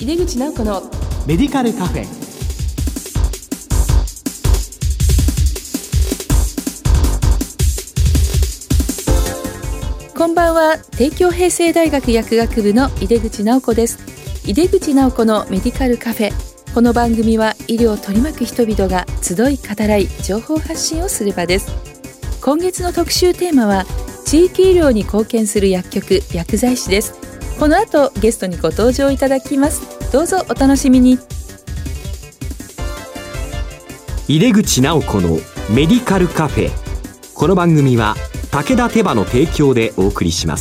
井出口直子のメディカルカフェ。 こんばんは。帝京平成大学薬学部の井出口直子です。井出口直子のメディカルカフェ。この番組は医療を取り巻く人々が集い語らい情報発信をする場です。今月の特集テーマは地域医療に貢献する薬局・薬剤師です。この後ゲストにご登場いただきます。どうぞお楽しみに。 井出口直子のメディカルカフェ。この番組は武田手羽の提供でお送りします。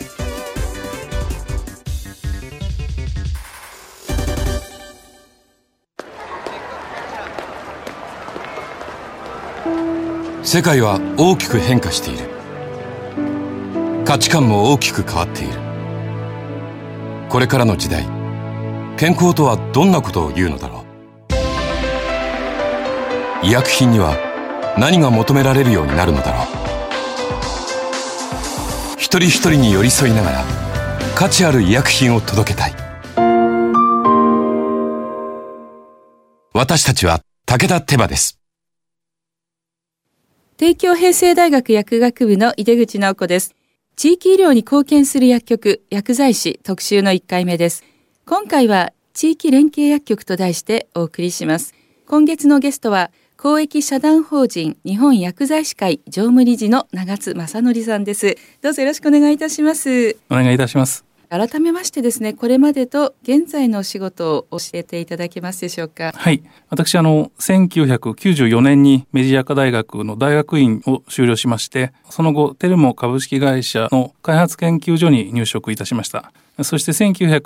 世界は大きく変化している。価値観も大きく変わっている。これからの時代、健康とはどんなことを言うのだろう。医薬品には何が求められるようになるのだろう。一人一人に寄り添いながら価値ある医薬品を届けたい。私たちは武田手羽です。 帝京平成大学薬学部の井出口直子です。地域医療に貢献する薬局・薬剤師特集の1回目です。今回は地域連携薬局と題してお送りします。今月のゲストは公益社団法人日本薬剤師会常務理事の長津正則さんです。どうぞよろしくお願いいたします。 お願いいたします。 改めましてですね、これまでと現在のお仕事を教えていただけますでしょうか。 はい、私1994年に明治薬科大学の大学院を修了しまして、その後テルモ株式会社の開発研究所に入職いたしました。そして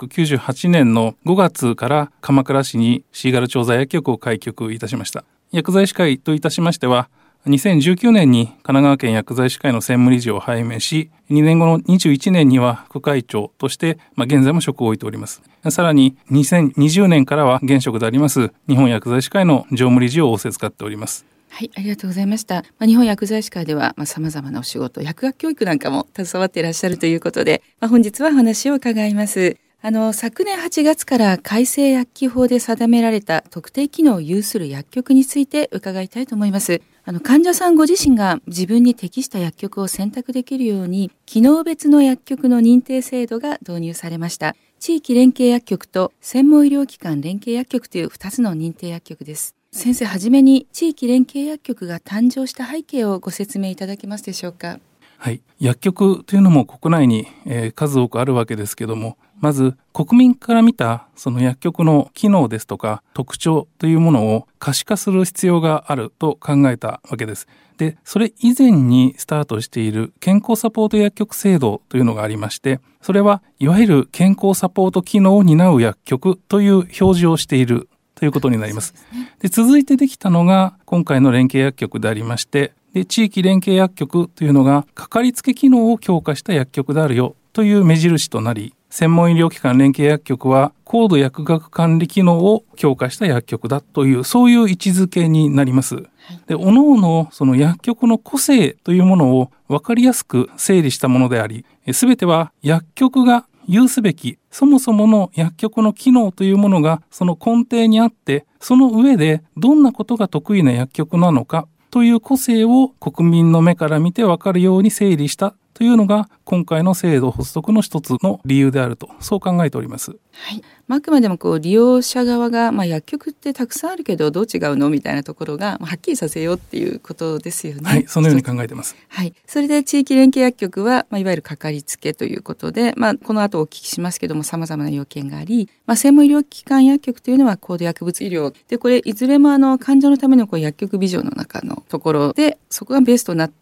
1998年の5月から鎌倉市にシーガル調剤薬局を開局いたしました。薬剤師会といたしましては、2019年に神奈川県薬剤師会の専務理事を拝命し、2年後の21年には副会長として、現在も職を置いております。さらに2020年からは現職であります日本薬剤師会の常務理事を仰せつかっております。 はい、ありがとうございました。日本薬剤師会では様々なお仕事、薬学教育なんかも携わっていらっしゃるということで、本日はお話を伺います。昨年8月から改正薬機法で定められた特定機能を有する薬局について伺いたいと思います。患者さんご自身が自分に適した薬局を選択できるように、機能別の薬局の認定制度が導入されました。地域連携薬局と専門医療機関連携薬局という2つの認定薬局です。先生、はじめに地域連携薬局が誕生した背景をご説明いただけますでしょうか。 はい、薬局というのも国内に、数多くあるわけですけども、まず国民から見たその薬局の機能ですとか特徴というものを可視化する必要があると考えたわけです。で、それ以前にスタートしている健康サポート薬局制度というのがありまして、それはいわゆる健康サポート機能を担う薬局という表示をしているということになります。で、続いてできたのが今回の連携薬局でありまして、で、地域連携薬局というのがかかりつけ機能を強化した薬局であるよという目印となり、専門医療機関連携薬局は高度薬学管理機能を強化した薬局だという、そういう位置づけになります。で、各々その薬局の個性というものを分かりやすく整理したものであり、すべては薬局が有すべきそもそもの薬局の機能というものがその根底にあって、その上でどんなことが得意な薬局なのかという個性を国民の目から見て分かるように整理したというのが今回の制度発足の一つの理由であると、そう考えております。 はい、あくまでも利用者側が、薬局ってたくさんあるけどどう違うのみたいなところが、はっきりさせようっていうことですよね。 はい、そのように考えています。 はい、それで地域連携薬局は、いわゆるかかりつけということで、この後お聞きしますけども様々な要件があり、専門医療機関薬局というのは高度薬物医療で、これいずれも患者のための薬局ビジョンの中のところで、そこがベースとなって、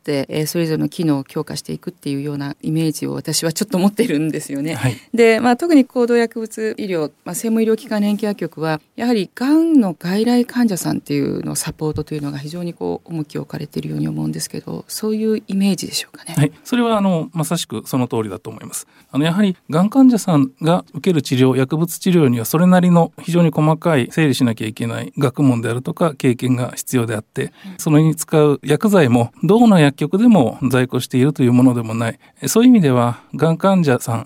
それぞれの機能を強化していくっていうようなイメージを私はちょっと持っているんですよね。 はい、 で、特に高度薬物医療、専門医療機関連携薬局はやはりがんの外来患者さんっていうのサポートというのが非常に重きを置かれているように思うんですけど、そういうイメージでしょうかね。 はい、それはまさしくその通りだと思います。やはりがん患者さんが受ける治療、薬物治療にはそれなりの非常に細かい整理しなきゃいけない学問であるとか経験が必要であって、それに使う薬剤もどの薬局でも在庫しているというものでもない。そういう意味ではがん患者さんが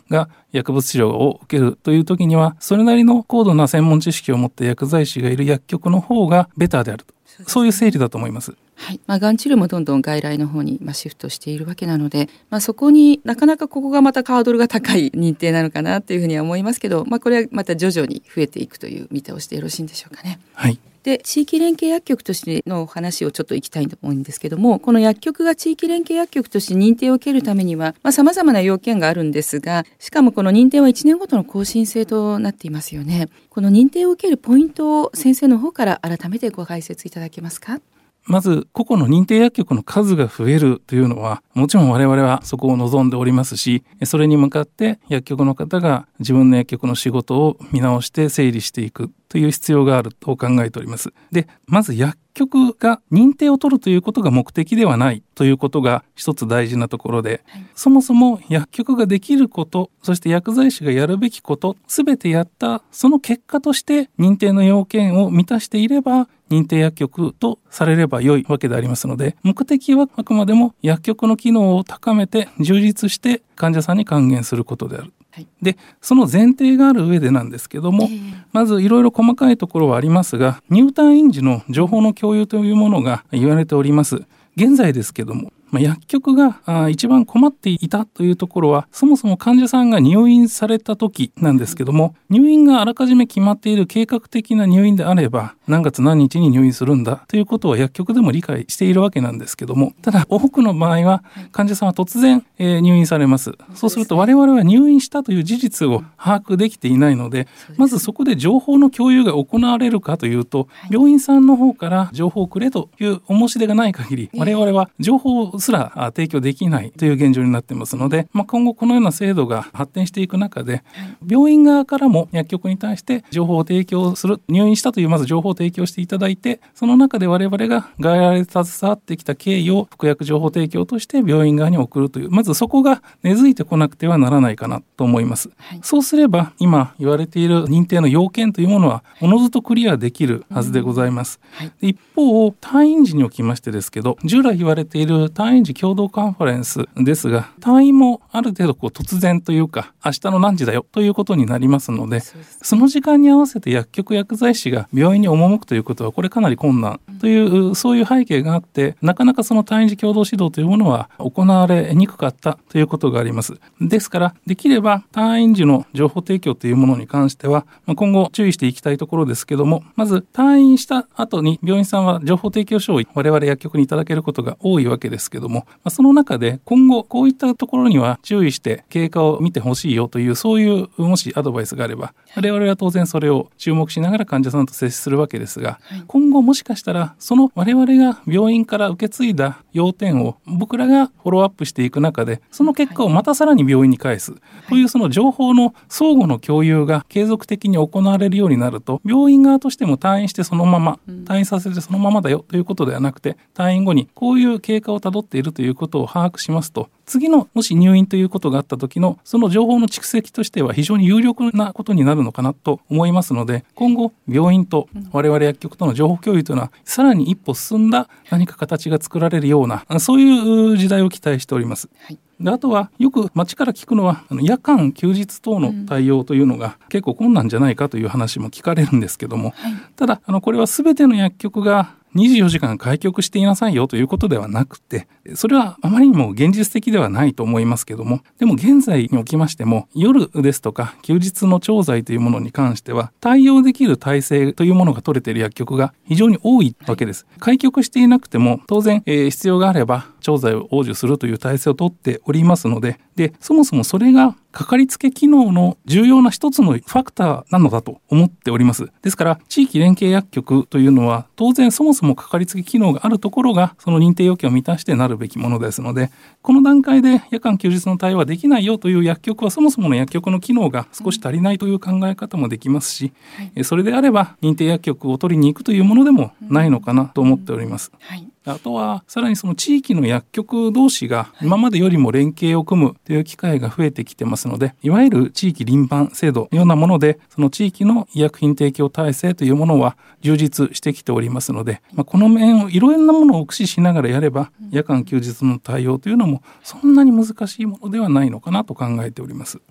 薬物治療を受けるという時には、それなりの高度な専門知識を持った薬剤師がいる薬局の方がベターであると。そういう整理だと思います。 はい。がん治療もどんどん外来の方にシフトしているわけなので、そこになかなかここがまたハードルが高い認定なのかなというふうには思いますけど、これはまた徐々に増えていくという見通しでよろしいんでしょうかね。 はい。 で、地域連携薬局としての話をちょっといきたいと思うんですけども、この薬局が地域連携薬局として認定を受けるためには、様々な要件があるんですが、しかもこの認定は1年ごとの更新制となっていますよね。この認定を受けるポイントを先生の方から改めてご解説いただけますか？ まず個々の認定薬局の数が増えるというのは、もちろん我々はそこを望んでおりますし、それに向かって薬局の方が自分の薬局の仕事を見直して整理していくという必要があると考えております。で、まず薬局が認定を取るということが目的ではないということが一つ大事なところで、そもそも薬局ができること、そして薬剤師がやるべきこと、すべてやったその結果として認定の要件を満たしていれば、認定薬局とされれば良いわけでありますので、目的はあくまでも薬局の機能を高めて充実して患者さんに還元することである。で、その前提がある上でなんですけども、まずいろいろ細かいところはありますが、入退院時の情報の共有というものが言われております。現在ですけども、薬局が一番困っていたというところは、そもそも患者さんが入院された時なんですけども、入院があらかじめ決まっている計画的な入院であれば、何月何日に入院するんだということは薬局でも理解しているわけなんですけども、ただ多くの場合は患者さんは突然、入院されます。そうすると我々は入院したという事実を把握できていないので、まずそこで情報の共有が行われるかというと、病院さんの方から情報をくれというお申し出がない限り、我々は情報すら提供できないという現状になっていますので、今後このような制度が発展していく中で、病院側からも薬局に対して情報を提供する、入院したというまず情報を提供していただいて、その中で我々が外来で携わってきた経緯を服薬情報提供として病院側に送るという、まずそこが根付いてこなくてはならないかなと思います。そうすれば今言われている認定の要件というものはおのずとクリアできるはずでございます。一方、退院時におきましてですけど、従来言われている退院時共同カンファレンスですが、退院もある程度突然というか、明日の何時だよということになりますので、その時間に合わせて薬局薬剤師が病院に赴くということはこれかなり困難という、そういう背景があって、なかなかその退院時共同指導というものは行われにくかったということがあります。ですからできれば退院時の情報提供というものに関しては今後注意していきたいところですけども、まず退院した後に病院さんは情報提供書を我々薬局にいただけることが多いわけですけども、その中で今後こういったところには注意して経過を見てほしいよという、そういうもしアドバイスがあれば、我々は当然それを注目しながら患者さんと接するわけですが、今後もしかしたらその我々が病院から受け継いだ要点を僕らがフォローアップしていく中で、その結果をまたさらに病院に返すという、その情報の相互の共有が継続的に行われるようになると、病院側としても退院してそのまま、退院させてそのままだよということではなくて、退院後にこういう経過をたどっているということを把握しますと、次のもし入院ということがあった時のその情報の蓄積としては非常に有力なことになるのかなと思いますので、今後病院と我々薬局との情報共有というのはさらに一歩進んだ何か形が作られるような、そういう時代を期待しております。で、あとはよく街から聞くのは夜間休日等の対応というのが結構困難じゃないかという話も聞かれるんですけども、ただこれは全ての薬局が24時間開局していなさいよということではなくて、それはあまりにも現実的ではないと思いますけども、でも現在におきましても夜ですとか休日の調剤というものに関しては対応できる体制というものが取れている薬局が非常に多いわけです。開局していなくても当然、必要があれば調剤を応受するという体制を取っておりますので、そもそもそれがかかりつけ機能の重要な一つのファクターなのだと思っております。ですから地域連携薬局というのは当然そもそもかかりつけ機能があるところがその認定要件を満たしてなるべきものですので、この段階で夜間休日の対応はできないよという薬局はそもそもの薬局の機能が少し足りないという考え方もできますし、それであれば認定薬局を取りに行くというものでもないのかなと思っております。あとはさらにその地域の薬局同士が今までよりも連携を組むという機会が増えてきてますので、いわゆる地域輪番制度のようなものでその地域の医薬品提供体制というものは充実してきておりますので、この面をいろんなものを駆使しながらやれば夜間休日の対応というのもそんなに難しいものではないのかなと考えております。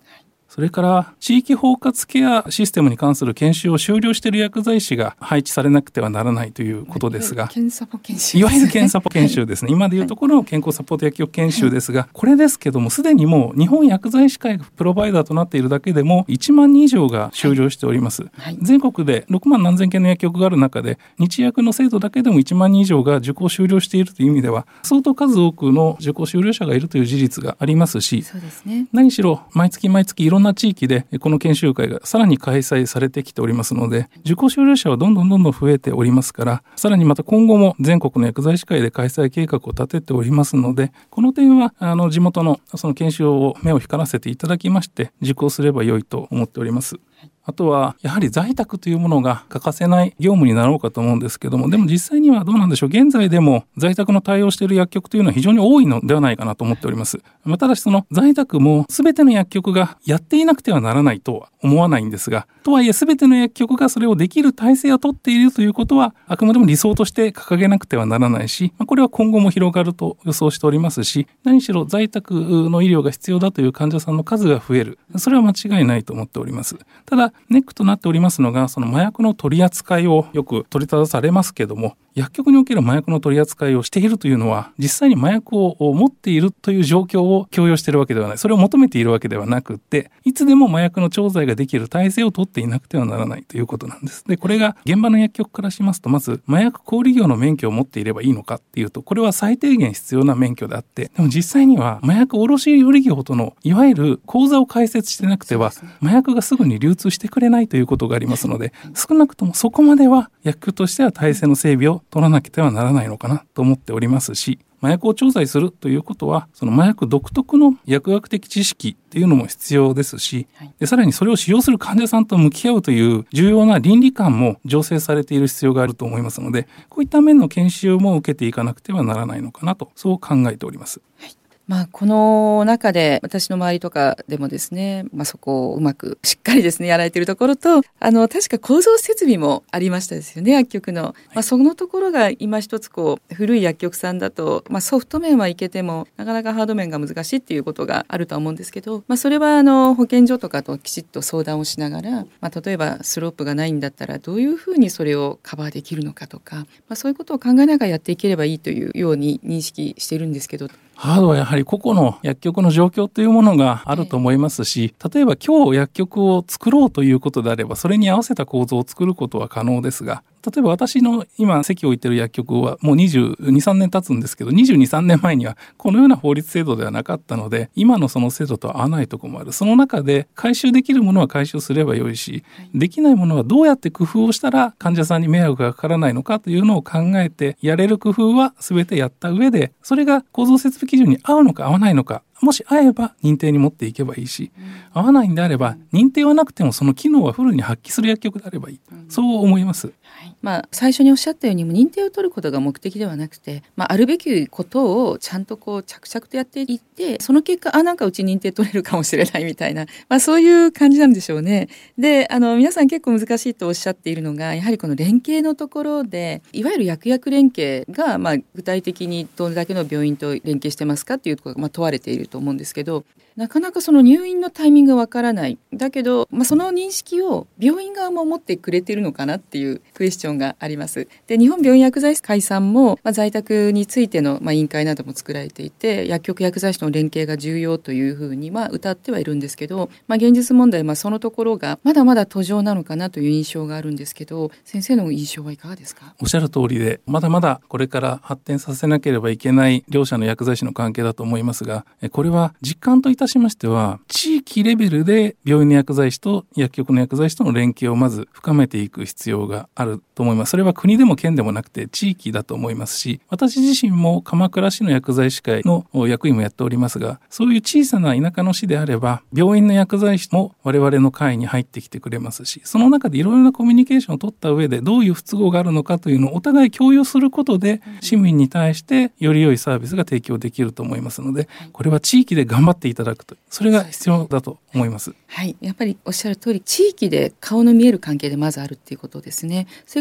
それから地域包括ケアシステムに関する研修を修了している薬剤師が配置されなくてはならないということですが、いわゆる検査ポ研修ですね。今でいうところの健康サポート薬局研修ですが、これですけどもすでにもう日本薬剤師会がプロバイダーとなっているだけでも1万人以上が修了しております。全国で6万何千件の薬局がある中で、日薬の制度だけでも1万人以上が受講修了しているという意味では相当数多くの受講修了者がいるという事実がありますし、 そうですね、 何しろ毎月毎月いろんな地域でこの研修会がさらに開催されてきておりますので、受講修了者はどんどん増えておりますから、さらにまた今後も全国の薬剤師会で開催計画を立てておりますので、この点は地元のその研修を目を光らせていただきまして受講すれば良いと思っております。あとはやはり在宅というものが欠かせない業務になろうかと思うんですけども、でも実際にはどうなんでしょう。現在でも在宅の対応している薬局というのは非常に多いのではないかなと思っております。ただしその在宅も全ての薬局がやっていなくてはならないとは思わないんですが、とはいえ全ての薬局がそれをできる体制を取っているということはあくまでも理想として掲げなくてはならないし、これは今後も広がると予想しておりますし、何しろ在宅の医療が必要だという患者さんの数が増える、それは間違いないと思っております。ただネックとなっておりますのが、その麻薬の取り扱いをよく取り正されますけども、薬局における麻薬の取り扱いをしているというのは実際に麻薬を持っているという状況を強要しているわけではない、それを求めているわけではなくって、いつでも麻薬の調剤ができる体制を取っていなくてはならないということなんです。で、これが現場の薬局からしますと、まず麻薬小売業の免許を持っていればいいのかっていうと、これは最低限必要な免許であって、でも実際には麻薬卸売業とのいわゆる口座を開設してなくては麻薬がすぐに流通してくれないということがありますので、少なくともそこまでは薬局としては体制の整備を取らなくてはならないのかなと思っておりますし、麻薬を調剤するということはその麻薬独特の薬学的知識っていうのも必要ですし、でさらにそれを使用する患者さんと向き合うという重要な倫理観も醸成されている必要があると思いますので、こういった面の研修も受けていかなくてはならないのかなと、そう考えております。 この中で私の周りとかでもですね、そこをうまくしっかりですねやられているところと、確か構造設備もありましたですよね、薬局の。そのところが今一つ古い薬局さんだと、ソフト面はいけてもなかなかハード面が難しいっていうことがあるとは思うんですけど、それは保健所とかときちっと相談をしながら、例えばスロープがないんだったらどういうふうにそれをカバーできるのかとか、そういうことを考えながらやっていければいいというように認識しているんですけど、 ハードはやはり個々の薬局の状況というものがあると思いますし、例えば今日薬局を作ろうということであればそれに合わせた構造を作ることは可能ですが、例えば私の今席を置いている薬局はもう22、3年経つんですけど、22、3年前にはこのような法律制度ではなかったので、今のその制度とは合わないところもある。その中で回収できるものは回収すればよいし、できないものはどうやって工夫をしたら患者さんに迷惑がかからないのかというのを考えて、やれる工夫は全てやった上で、それが構造設備基準に合うのか合わないのか、もし合えば認定に持っていけばいいし、合わないんであれば認定はなくてもその機能はフルに発揮する薬局であればいい、そう思います。 最初におっしゃったように認定を取ることが目的ではなくて、あるべきことをちゃんと着々とやっていって、その結果なんかうち認定取れるかもしれないみたいな、そういう感じなんでしょうね。で、皆さん結構難しいとおっしゃっているのが、やはりこの連携のところで、いわゆる薬薬連携が具体的にどれだけの病院と連携してますかっていうところが問われていると思うんですけど、なかなかその入院のタイミングがわからない。だけど、その認識を病院側も持ってくれているのかなっていうクエスチョンがあります。で、日本病院薬剤師会さんも、在宅についての、委員会なども作られていて、薬局薬剤師の連携が重要というふうに謳ってはいるんですけど、現実問題そのところがまだまだ途上なのかなという印象があるんですけど、先生の印象はいかがですか？ おっしゃる通りで、まだまだこれから発展させなければいけない両者の薬剤師の関係だと思いますが、これは実感といたしましては、地域レベルで病院の薬剤師と薬局の薬剤師との連携をまず深めていく必要があると思います。それは国でも県でもなくて地域だと思いますし、私自身も鎌倉市の薬剤師会の役員もやっておりますが、そういう小さな田舎の市であれば病院の薬剤師も我々の会に入ってきてくれますし、その中でいろいろなコミュニケーションを取った上でどういう不都合があるのかというのをお互い共有することで、市民に対してより良いサービスが提供できると思いますので、これは地域で頑張っていただくと、それが必要だと思います。 はい、やっぱりおっしゃる通り、地域で顔の見える関係でまずあるっていうことですね。それ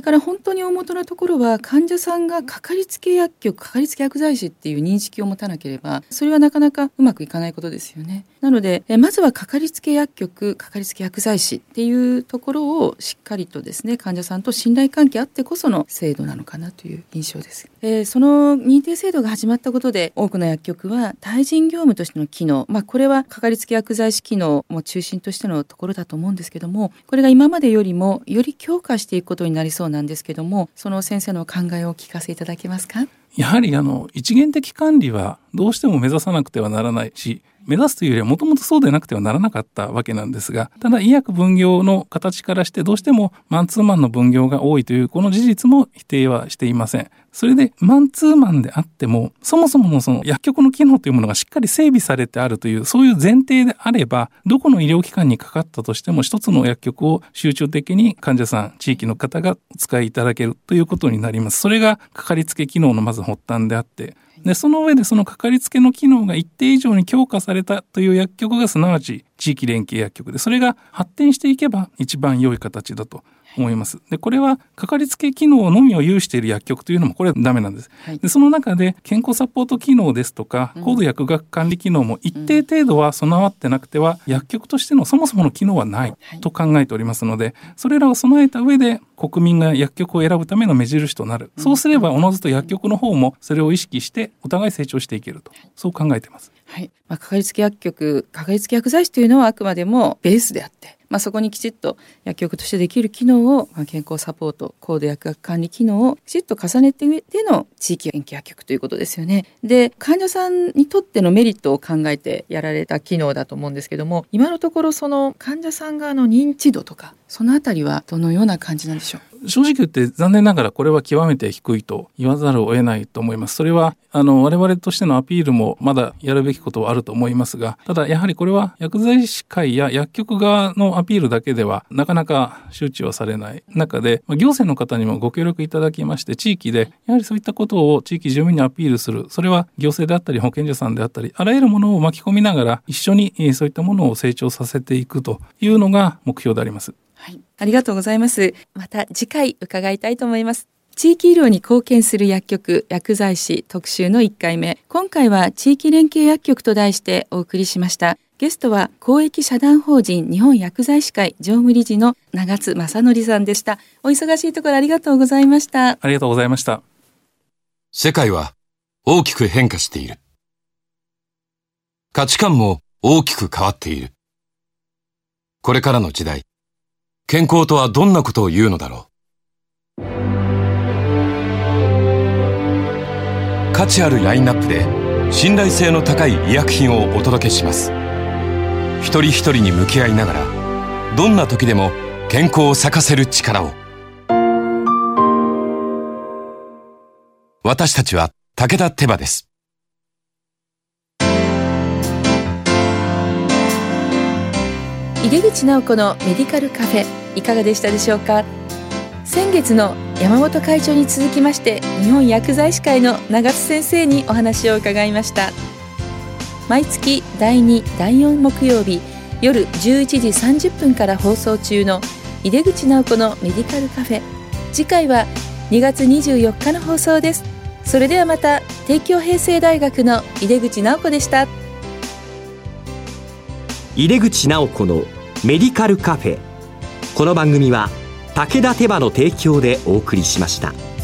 から本当に大元のところは患者さんがかかりつけ薬局、かかりつけ薬剤師っていう認識を持たなければそれはなかなかうまくいかないことですよね。なのでまずはかかりつけ薬局、かかりつけ薬剤師っていうところをしっかりとですね、患者さんと信頼関係あってこその制度なのかなという印象です。その認定制度が始まったことで多くの薬局は対人業務としての機能、これはかかりつけ薬剤師機能も中心としてのところだと思うんですけども、これが今までよりもより強化していくことになりそうなんですけども、その先生の考えをお聞かせいただけますか？ やはり一元的管理はどうしても目指さなくてはならないし、目指すというよりはもともとそうでなくてはならなかったわけなんですが、ただ医薬分業の形からしてどうしてもマンツーマンの分業が多いというこの事実も否定はしていません。それでマンツーマンであってもそもそものその薬局の機能というものがしっかり整備されてあるというそういう前提であれば、どこの医療機関にかかったとしても一つの薬局を集中的に患者さん、地域の方がお使いいただけるということになります。それがかかりつけ機能のまず発端であって、でその上でそのかかりつけの機能が一定以上に強化されたという薬局がすなわち地域連携薬局で、それが発展していけば一番良い形だと思います。でこれはかかりつけ機能のみを有している薬局というのもこれはダメなんです。でその中で健康サポート機能ですとか高度薬学管理機能も一定程度は備わってなくては薬局としてのそもそもの機能はないと考えておりますので、それらを備えた上で国民が薬局を選ぶための目印となる。そうすればおのずと薬局の方もそれを意識してお互い成長していけると、そう考えています。 はい。かかりつけ薬局、かかりつけ薬剤師というのはあくまでもベースであって、そこにきちっと薬局としてできる機能を、健康サポート、高度薬学管理機能をきちっと重ねて上での地域連携薬局ということですよね。で、患者さんにとってのメリットを考えてやられた機能だと思うんですけども、今のところその患者さん側の認知度とかそのあたりはどのような感じなんでしょう？ 正直言って残念ながらこれは極めて低いと言わざるを得ないと思います。それは我々としてのアピールもまだやるべきことはあると思いますが、ただやはりこれは薬剤師会や薬局側のアピールだけではなかなか周知はされない中で、行政の方にもご協力いただきまして、地域でやはりそういったことを地域住民にアピールする、それは行政であったり保健所さんであったりあらゆるものを巻き込みながら一緒にそういったものを成長させていくというのが目標であります。 はい、ありがとうございます。また次回伺いたいと思います。地域医療に貢献する薬局・薬剤師特集の1回目、今回は地域連携薬局と題してお送りしました。ゲストは公益社団法人日本薬剤師会常務理事の長津正則さんでした。お忙しいところありがとうございました。 ありがとうございました。 世界は大きく変化している。価値観も大きく変わっている。これからの時代、健康とはどんなことを言うのだろう。価値あるラインナップで信頼性の高い医薬品をお届けします。一人一人に向き合いながら、どんな時でも健康を咲かせる力を。私たちは武田手羽です。 井出口直子のメディカルカフェ、いかがでしたでしょうか？先月の山本会長に続きまして日本薬剤師会の長津先生にお話を伺いました。毎月第2、第4木曜日夜11時30分から放送中の井出口直子のメディカルカフェ、次回は2月24日の放送です。それではまた。帝京平成大学の井出口直子でした。 井出口直子のメディカルカフェ。この番組は武田手羽の提供でお送りしました。